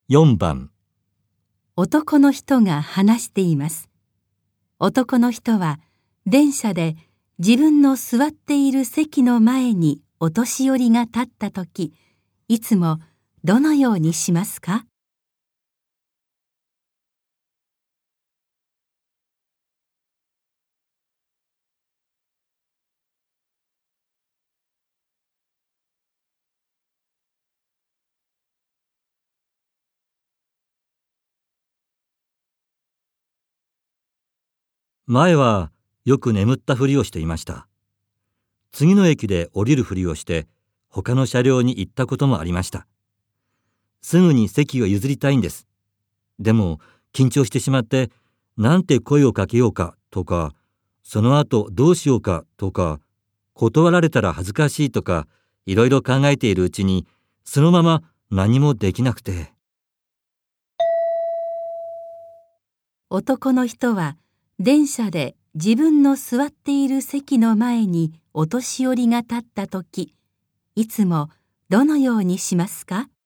4番。 男の人が話しています。男の人は電車で自分の座っている席の前にお年寄りが立ったとき、いつもどのようにしますか？ 前はよく眠ったふりをしていました。次の駅で降りるふりをして他の車両に行ったこともありました。すぐに席を譲りたいんです。でも緊張してしまってなんて声をかけようかとか、その後どうしようかとか、断られたら恥ずかしいとか、いろいろ考えているうちにそのまま何もできなくて。 男の人は電車で自分の座っている席の前にお年寄りが立ったとき、いつもどのようにしますか？